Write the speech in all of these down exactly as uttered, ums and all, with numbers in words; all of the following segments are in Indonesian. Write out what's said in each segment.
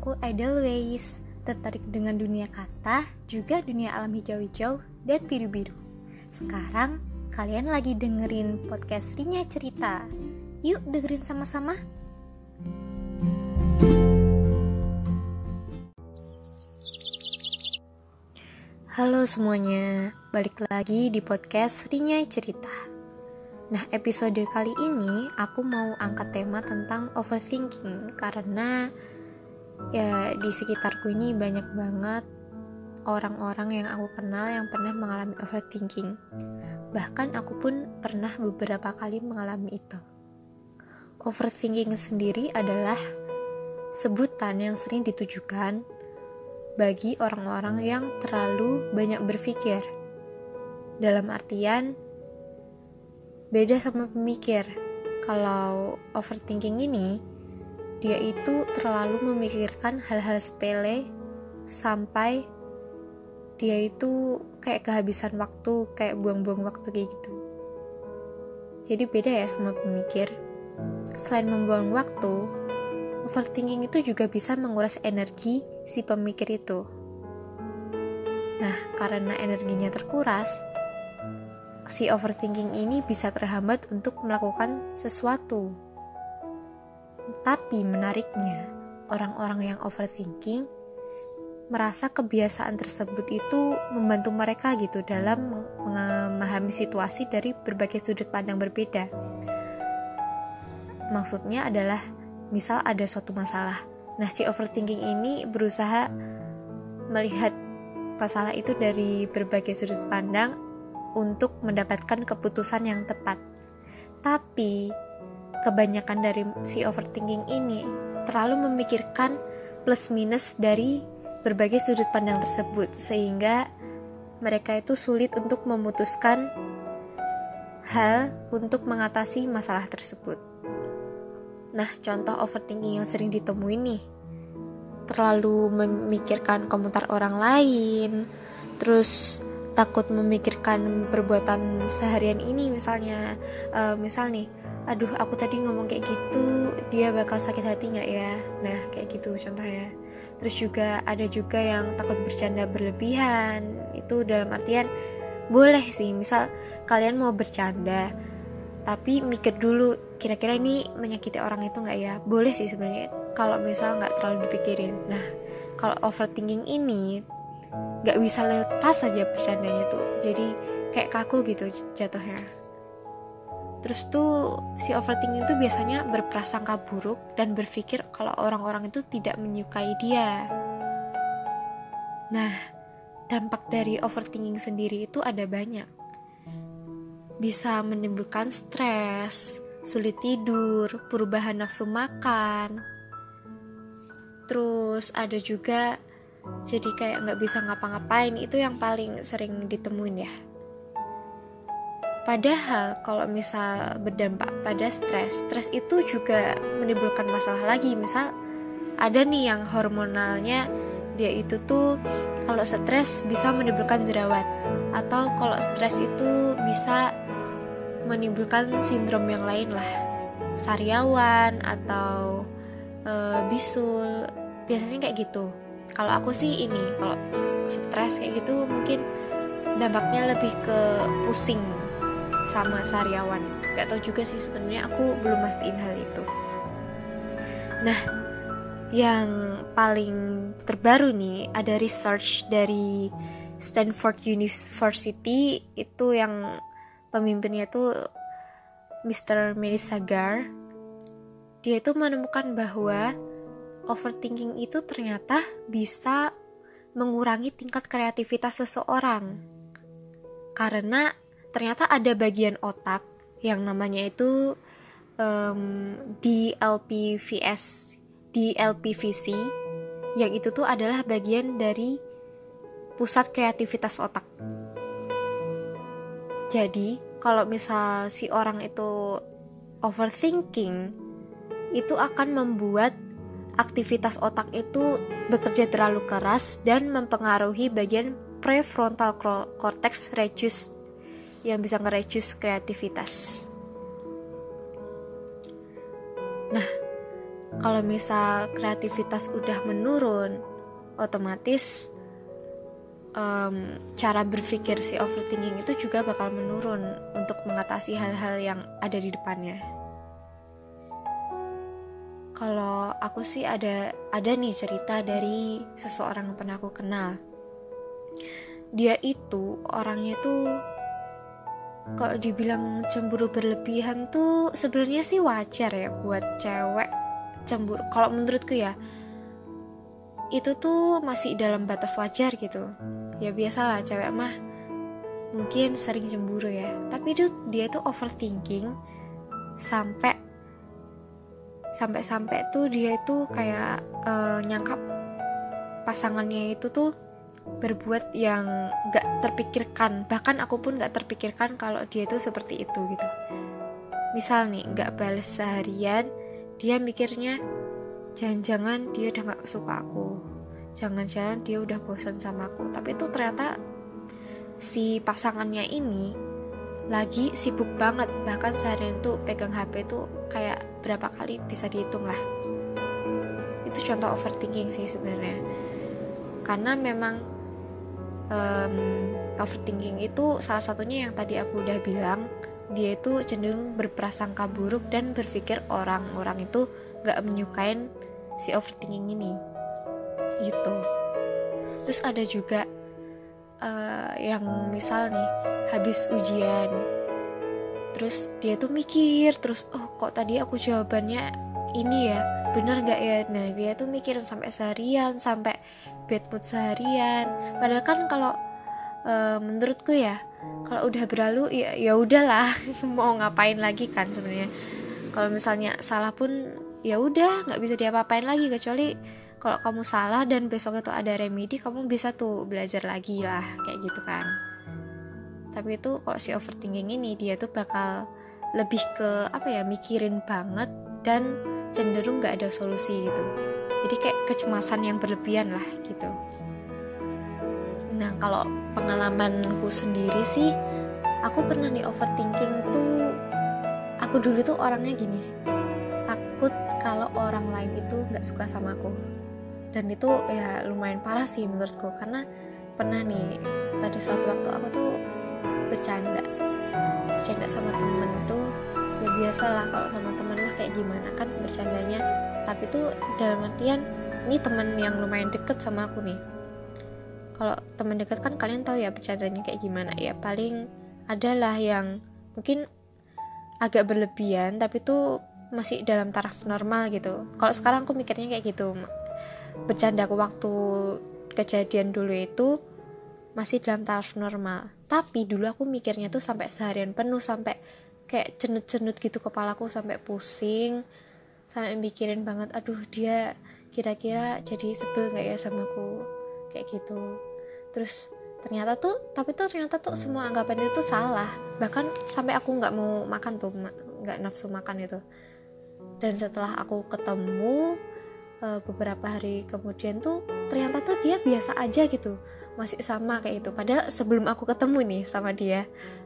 aku Edelweiss, tertarik dengan dunia kata, juga dunia alam hijau-hijau dan biru-biru. Sekarang kalian lagi dengerin podcast Rinya Cerita. Yuk dengerin sama-sama. Halo semuanya, balik lagi di podcast Rinya Cerita. Nah, episode kali ini aku mau angkat tema tentang overthinking karena ya di sekitarku ini banyak banget orang-orang yang aku kenal yang pernah mengalami overthinking. Bahkan aku pun pernah beberapa kali mengalami itu. Overthinking sendiri adalah sebutan yang sering ditujukan bagi orang-orang yang terlalu banyak berpikir. Dalam artian beda sama pemikir. Kalau overthinking ini, dia itu terlalu memikirkan hal-hal sepele sampai dia itu kayak kehabisan waktu, kayak buang-buang waktu kayak gitu. Jadi beda ya sama pemikir. Selain membuang waktu, overthinking itu juga bisa menguras energi si pemikir itu. Nah, karena energinya terkuras, si overthinking ini bisa terhambat untuk melakukan sesuatu. Tapi menariknya, orang-orang yang overthinking merasa kebiasaan tersebut itu membantu mereka gitu dalam memahami situasi dari berbagai sudut pandang berbeda. Maksudnya adalah, misal ada suatu masalah. Nah, si overthinking ini berusaha melihat masalah itu dari berbagai sudut pandang untuk mendapatkan keputusan yang tepat. Tapi kebanyakan dari si overthinking ini terlalu memikirkan plus minus dari berbagai sudut pandang tersebut, sehingga mereka itu sulit untuk memutuskan hal untuk mengatasi masalah tersebut. Nah, contoh overthinking yang sering ditemuin nih, terlalu memikirkan komentar orang lain, terus takut memikirkan perbuatan seharian ini, misalnya uh, misal nih, aduh aku tadi ngomong kayak gitu, dia bakal sakit hati gak ya? Nah, kayak gitu contohnya. Terus juga ada juga yang takut bercanda berlebihan. Itu dalam artian boleh sih, misal kalian mau bercanda tapi mikir dulu, kira-kira ini menyakiti orang itu gak ya? Boleh sih sebenarnya kalau misal gak terlalu dipikirin. Nah, kalau overthinking ini gak bisa lepas aja bercandanya tuh, jadi kayak kaku gitu jatuhnya. Terus tuh si overthinking itu biasanya berprasangka buruk dan berpikir kalau orang-orang itu tidak menyukai dia. Nah, dampak dari overthinking sendiri itu ada banyak. Bisa menimbulkan stres, sulit tidur, perubahan nafsu makan. Terus ada juga jadi kayak gak bisa ngapa-ngapain. Itu yang paling sering ditemuin ya. Padahal kalau misal berdampak pada stres, stres itu juga menimbulkan masalah lagi. Misal ada nih yang hormonalnya dia itu tuh kalau stres bisa menimbulkan jerawat, atau kalau stres itu bisa menimbulkan sindrom yang lain lah, sariawan atau e, bisul. Biasanya kayak gitu. Kalau aku sih ini, kalau stres kayak gitu mungkin dampaknya lebih ke pusing sama sariawan. Gak tau juga sih sebenarnya, aku belum mastiin hal itu. Nah, yang paling terbaru nih, ada research dari Stanford University, itu yang pemimpinnya tuh mister Menis Sagar. Dia itu menemukan bahwa overthinking itu ternyata bisa mengurangi tingkat kreativitas seseorang. Karena ternyata ada bagian otak yang namanya itu um, D L P V S, D L P V C, yang itu tuh adalah bagian dari pusat kreativitas otak. Jadi, kalau misal si orang itu overthinking, itu akan membuat aktivitas otak itu bekerja terlalu keras dan mempengaruhi bagian prefrontal cortex reduce yang bisa nge-reduce kreativitas. Nah, kalau misal kreativitas udah menurun, otomatis um, cara berpikir si overthinking itu juga bakal menurun untuk mengatasi hal-hal yang ada di depannya. Kalau aku sih ada ada nih cerita dari seseorang yang pernah aku kenal. Dia itu orangnya tuh kalau dibilang cemburu berlebihan tuh sebenarnya sih wajar ya buat cewek cemburu. Kalau menurutku ya itu tuh masih dalam batas wajar gitu. Ya biasalah cewek mah mungkin sering cemburu ya. Tapi itu dia tuh overthinking sampai sampai-sampai tuh dia itu kayak uh, nyangka pasangannya itu tuh berbuat yang gak terpikirkan. Bahkan aku pun gak terpikirkan kalau dia itu seperti itu gitu. Misal nih gak bales seharian, dia mikirnya jangan-jangan dia udah gak suka aku, jangan-jangan dia udah bosan sama aku. Tapi itu ternyata si pasangannya ini lagi sibuk banget, bahkan seharian tuh pegang H P tuh kayak berapa kali bisa dihitung lah. Itu contoh overthinking sih sebenarnya. Karena memang um, overthinking itu salah satunya yang tadi aku udah bilang, dia itu cenderung berprasangka buruk dan berpikir orang-orang itu gak menyukain si overthinking ini gitu. Terus ada juga uh, yang misal nih habis ujian, terus dia tuh mikir terus, oh kok tadi aku jawabannya ini ya, bener gak ya. Nah dia tuh mikirin sampai seharian, sampai bad mood seharian. Padahal kan kalau e, menurutku ya, kalau udah berlalu ya ya udahlah mau ngapain lagi kan sebenarnya. Kalau misalnya salah pun ya udah nggak bisa diapa-apain lagi, kecuali kalau kamu salah dan besok itu ada remedi, kamu bisa tuh belajar lagi lah kayak gitu kan. Tapi itu kalau si overthinking ini dia tuh bakal lebih ke apa ya, mikirin banget dan cenderung gak ada solusi gitu. Jadi kayak kecemasan yang berlebihan lah gitu. Nah kalau pengalamanku sendiri sih, aku pernah nih overthinking tuh. Aku dulu tuh orangnya gini, takut kalau orang lain itu gak suka sama aku. Dan itu ya lumayan parah sih menurutku. Karena pernah nih pada suatu waktu aku tuh bercanda bercanda sama temen tuh, ya biasalah kalau sama temen mah kayak gimana kan bercandanya. Tapi tuh dalam artian ini temen yang lumayan deket sama aku nih. Kalau temen deket kan kalian tahu ya bercandanya kayak gimana ya, paling adalah yang mungkin agak berlebihan tapi tuh masih dalam taraf normal gitu. Kalau sekarang aku mikirnya kayak gitu, bercanda aku waktu kejadian dulu itu masih dalam taraf normal. Tapi dulu aku mikirnya tuh sampai seharian penuh, sampai kayak cenut-cenut gitu kepalaku, sampai pusing, sampai mikirin banget, aduh dia kira-kira jadi sebel gak ya sama aku, kayak gitu. Terus ternyata tuh, tapi tuh ternyata tuh semua anggapan itu tuh salah. Bahkan sampai aku gak mau makan tuh, gak nafsu makan itu. Dan setelah aku ketemu beberapa hari kemudian tuh, ternyata tuh dia biasa aja gitu, masih sama kayak itu. Padahal sebelum aku ketemu nih sama dia,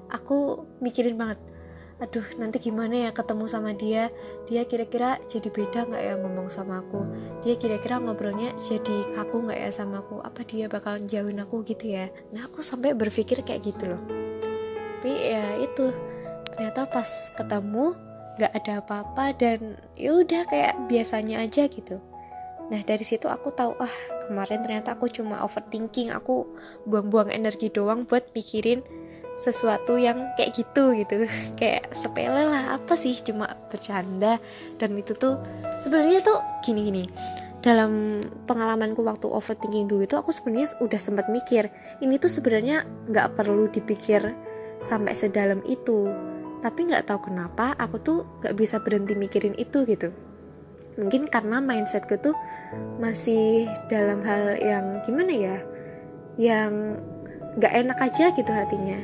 aku mikirin banget, aduh nanti gimana ya ketemu sama dia, dia kira-kira jadi beda gak ya ngomong sama aku, dia kira-kira ngobrolnya jadi kaku gak ya sama aku, apa dia bakal jauhin aku gitu ya. Nah aku sampai berpikir kayak gitu loh. Tapi ya itu, ternyata pas ketemu gak ada apa-apa dan ya udah kayak biasanya aja gitu. Nah dari situ aku tahu, ah kemarin ternyata aku cuma overthinking, aku buang-buang energi doang buat mikirin sesuatu yang kayak gitu gitu. Kayak sepele lah, apa sih, cuma bercanda. Dan itu tuh sebenarnya tuh gini-gini. Dalam pengalamanku waktu overthinking dulu itu, aku sebenarnya udah sempat mikir, ini tuh sebenarnya nggak perlu dipikir sampai sedalam itu. Tapi nggak tahu kenapa aku tuh nggak bisa berhenti mikirin itu gitu. Mungkin karena mindsetku tuh masih dalam hal yang gimana ya, yang gak enak aja gitu hatinya.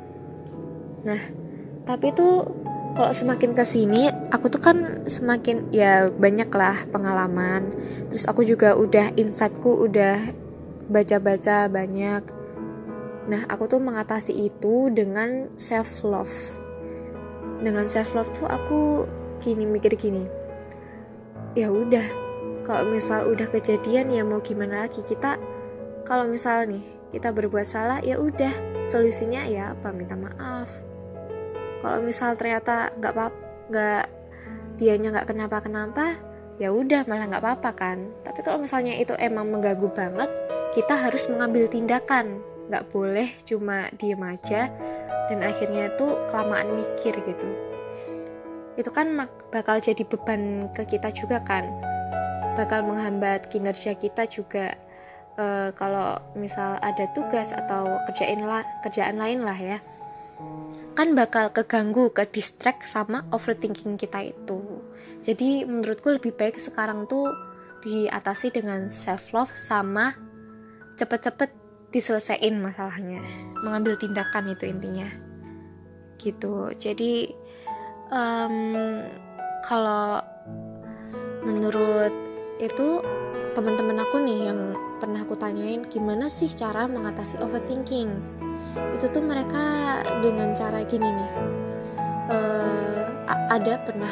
Nah tapi tuh kalau semakin kesini, aku tuh kan semakin ya banyak lah pengalaman. Terus aku juga udah insightku udah baca-baca banyak. Nah aku tuh mengatasi itu dengan self love. Dengan self love tuh aku gini mikir gini, ya udah, kalau misal udah kejadian ya mau gimana lagi. Kita kalau misal nih kita berbuat salah, ya udah, solusinya ya apa, minta maaf. Kalau misal ternyata nggak apa nggak dianya nggak kenapa-kenapa, ya udah, malah nggak apa-apa kan. Tapi kalau misalnya itu emang mengganggu banget, kita harus mengambil tindakan. Nggak boleh cuma diem aja dan akhirnya tuh kelamaan mikir gitu. Itu kan bakal jadi beban ke kita juga kan, bakal menghambat kinerja kita juga. E, kalau misal ada tugas atau kerjaan la, kerjaan lain lah ya, kan bakal keganggu, ke distract sama overthinking kita itu. Jadi menurutku lebih baik sekarang tuh diatasi dengan self love sama cepet-cepet diselesaikan masalahnya, mengambil tindakan, itu intinya gitu. Jadi um, kalau menurut itu teman-teman aku nih yang pernah aku tanyain gimana sih cara mengatasi overthinking, itu tuh mereka dengan cara gini nih. uh, ada pernah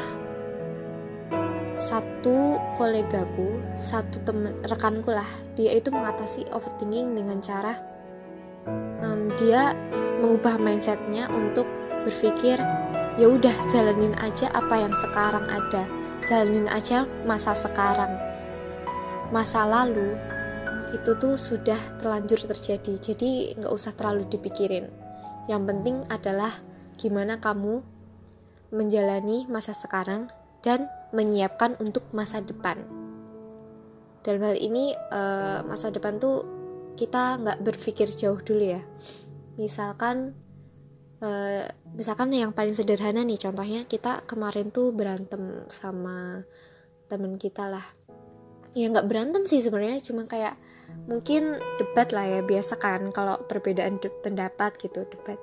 satu kolegaku, satu temen rekanku lah, dia itu mengatasi overthinking dengan cara um, dia mengubah mindsetnya untuk berpikir ya udah, jalanin aja apa yang sekarang ada, jalanin aja masa sekarang, masa lalu itu tuh sudah terlanjur terjadi, jadi nggak usah terlalu dipikirin. Yang penting adalah gimana kamu menjalani masa sekarang dan menyiapkan untuk masa depan. Dalam hal ini uh, masa depan tuh kita nggak berpikir jauh dulu ya. Misalkan uh, misalkan yang paling sederhana nih, contohnya kita kemarin tuh berantem sama temen kita lah. Ya nggak berantem sih sebenarnya, cuma kayak mungkin debat lah ya, biasa kan kalau perbedaan de- pendapat gitu, debat.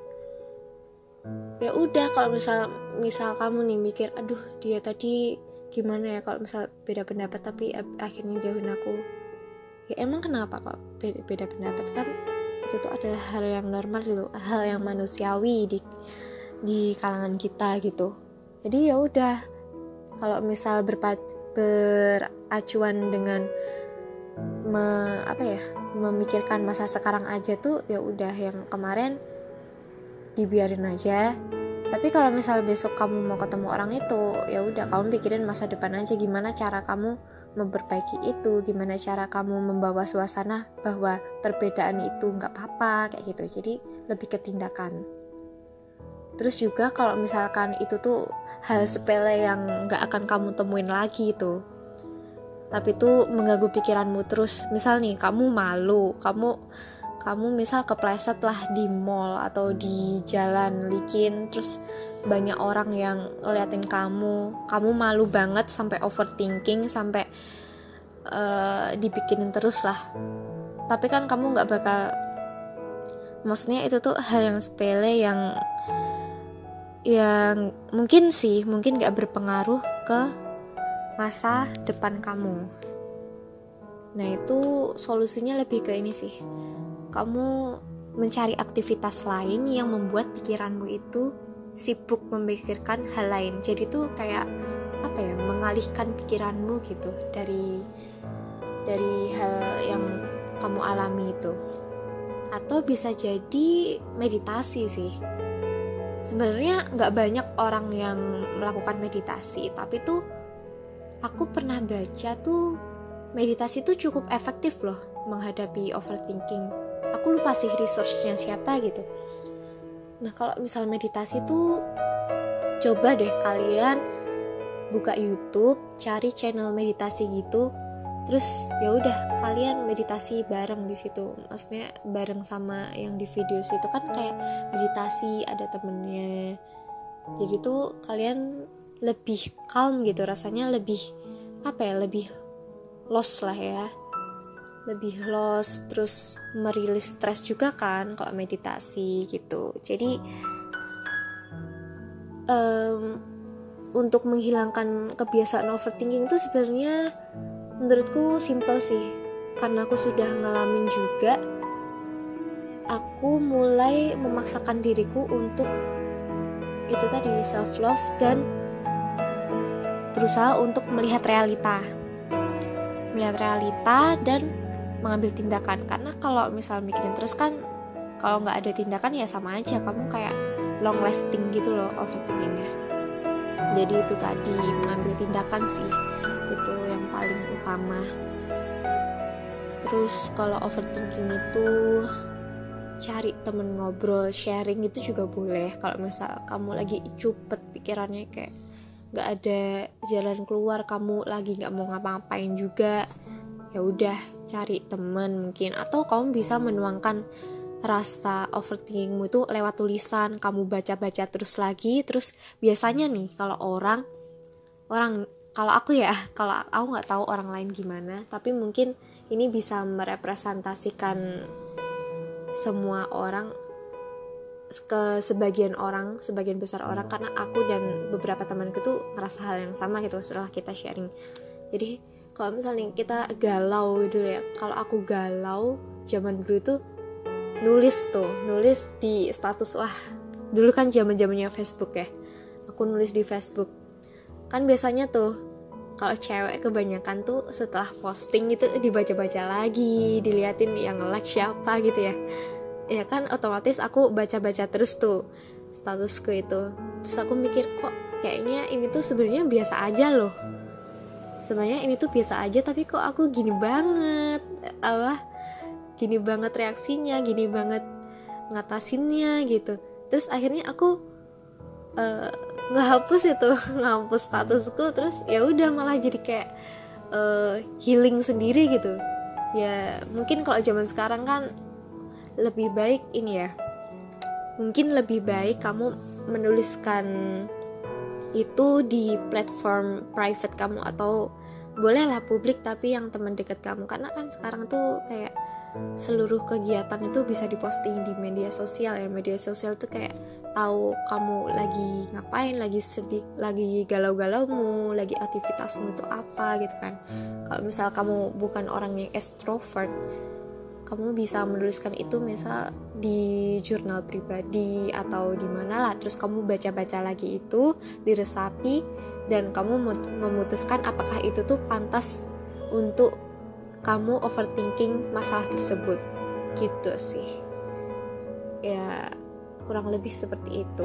Ya udah, kalau misal misal kamu nih mikir, aduh dia tadi gimana ya kalau misal beda pendapat tapi akhirnya jauhin aku, ya emang kenapa kok beda, beda pendapat, kan itu tuh adalah hal yang normal gitu, hal yang manusiawi di di kalangan kita gitu. Jadi ya udah, kalau misal berpa- beracuan dengan me, apa ya memikirkan masa sekarang aja tuh, ya udah, yang kemarin dibiarin aja. Tapi kalau misal besok kamu mau ketemu orang itu, ya udah, kamu pikirin masa depan aja, gimana cara kamu memperbaiki itu, gimana cara kamu membawa suasana bahwa perbedaan itu nggak apa-apa kayak gitu. Jadi lebih ke tindakan. Terus juga kalau misalkan itu tuh hal sepele yang nggak akan kamu temuin lagi itu, tapi tuh mengganggu pikiranmu terus. Misal nih kamu malu, kamu kamu misal kepleset lah di mall atau di jalan licin, terus banyak orang yang ngeliatin kamu, kamu malu banget sampai overthinking, sampai uh, dibikinin terus lah. Tapi kan kamu nggak bakal, maksudnya itu tuh hal yang sepele yang yang mungkin sih mungkin nggak berpengaruh ke masa depan kamu. Nah itu solusinya lebih ke ini sih, kamu mencari aktivitas lain yang membuat pikiranmu itu sibuk memikirkan hal lain. Jadi tuh kayak apa ya, mengalihkan pikiranmu gitu dari dari hal yang kamu alami itu. Atau bisa jadi meditasi sih. Sebenarnya nggak banyak orang yang melakukan meditasi, tapi tuh aku pernah baca tuh meditasi tuh cukup efektif loh menghadapi overthinking. Aku lupa sih researchnya siapa gitu. Nah kalau misal meditasi tuh coba deh kalian buka YouTube, cari channel meditasi gitu, terus ya udah kalian meditasi bareng di situ. Maksudnya bareng sama yang di video situ kan kayak meditasi ada temennya. Jadi tuh kalian lebih calm gitu, rasanya lebih apa ya, lebih lost lah ya. Lebih lost, terus merilis stres juga kan kalau meditasi gitu. Jadi um, untuk menghilangkan kebiasaan overthinking itu sebenarnya menurutku simple sih, karena aku sudah ngalamin juga. Aku mulai memaksakan diriku untuk itu tadi, self love, dan berusaha untuk melihat realita melihat realita dan mengambil tindakan. Karena kalau misal mikirin terus kan, kalau nggak ada tindakan ya sama aja kamu kayak long lasting gitu loh overthinkingnya. Jadi itu tadi, mengambil tindakan sih itu yang paling utama. Terus kalau overthinking itu cari temen ngobrol, sharing itu juga boleh. Kalau misal kamu lagi cupet pikirannya, kayak nggak ada jalan keluar, kamu lagi nggak mau ngapa-ngapain juga, ya udah cari temen mungkin. Atau kamu bisa menuangkan rasa overthinkingmu itu lewat tulisan, kamu baca-baca terus lagi. Terus biasanya nih kalau orang orang kalau aku ya, kalau aku nggak tahu orang lain gimana, tapi mungkin ini bisa merepresentasikan semua orang, ke sebagian orang, sebagian besar orang, karena aku dan beberapa temanku tuh ngerasa hal yang sama gitu setelah kita sharing. Jadi kalau misalnya kita galau dulu ya, kalau aku galau zaman dulu tuh nulis tuh, nulis di status. Wah, dulu kan zaman-zamannya Facebook ya, aku nulis di Facebook. Kan biasanya tuh kalau cewek kebanyakan tuh setelah posting itu dibaca-baca lagi, diliatin yang like siapa gitu ya. Ya kan otomatis aku baca-baca terus tuh statusku itu. Terus aku mikir, kok kayaknya ini tuh sebenarnya biasa aja loh. Sebenarnya ini tuh biasa aja, tapi kok aku gini banget, apa? Gini banget reaksinya, gini banget ngatasinnya gitu. Terus akhirnya aku uh, ngehapus itu, ngehapus statusku. Terus ya udah malah jadi kayak uh, healing sendiri gitu. Ya mungkin kalau zaman sekarang kan lebih baik ini ya, mungkin lebih baik kamu menuliskan itu di platform private kamu, atau bolehlah publik tapi yang teman dekat kamu. Karena kan sekarang tuh kayak seluruh kegiatan itu bisa diposting di media sosial ya. Media sosial tuh kayak tahu kamu lagi ngapain, lagi sedih, lagi galau-galaumu, lagi aktivitasmu itu apa gitu kan. Kalau misal kamu bukan orang yang extrovert, kamu bisa menuliskan itu misal di jurnal pribadi atau di mana lah. Terus kamu baca-baca lagi itu, diresapi, dan kamu memutuskan apakah itu tuh pantas untuk kamu overthinking masalah tersebut. Gitu sih. Ya kurang lebih seperti itu.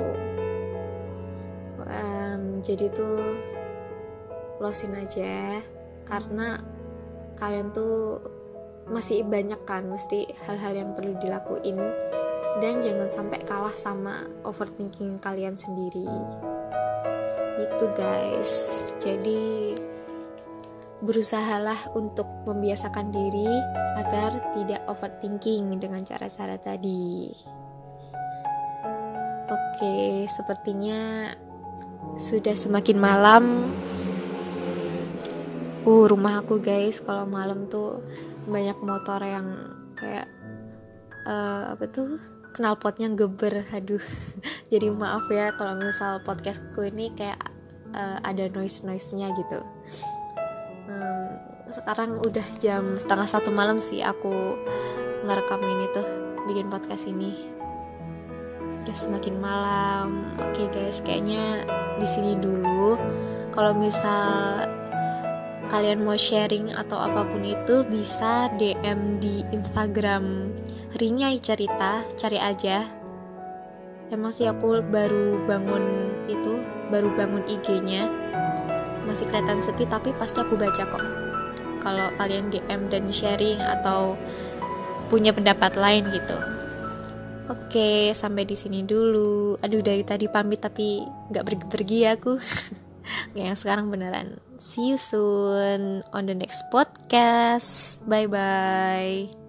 Um, jadi tuh closein aja, karena kalian tuh masih banyak kan mesti hal-hal yang perlu dilakuin, dan jangan sampai kalah sama overthinking kalian sendiri. Itu guys. Jadi berusahalah untuk membiasakan diri agar tidak overthinking dengan cara-cara tadi. Oke, sepertinya sudah semakin malam. Uh, rumah aku guys, kalau malam tuh banyak motor yang kayak uh, apa tuh knalpotnya geber. Aduh. Jadi maaf ya kalau misal podcastku ini kayak uh, ada noise-noise-nya gitu. um, Sekarang udah jam setengah satu malam sih aku ngerekam ini tuh, bikin podcast ini. Udah semakin malam. Oke guys, kayaknya di sini dulu. Kalau misal kalian mau sharing atau apapun itu, bisa D M di Instagram Rinyai Cerita, cari aja. Emang sih aku baru bangun itu, baru bangun I G-nya, masih kelihatan sepi, tapi pasti aku baca kok. Kalau kalian D M dan sharing atau punya pendapat lain gitu. Oke, sampai di sini dulu. Aduh, dari tadi pamit tapi nggak pergi-pergi aku. Yang sekarang beneran. See you soon on the next podcast. Bye bye.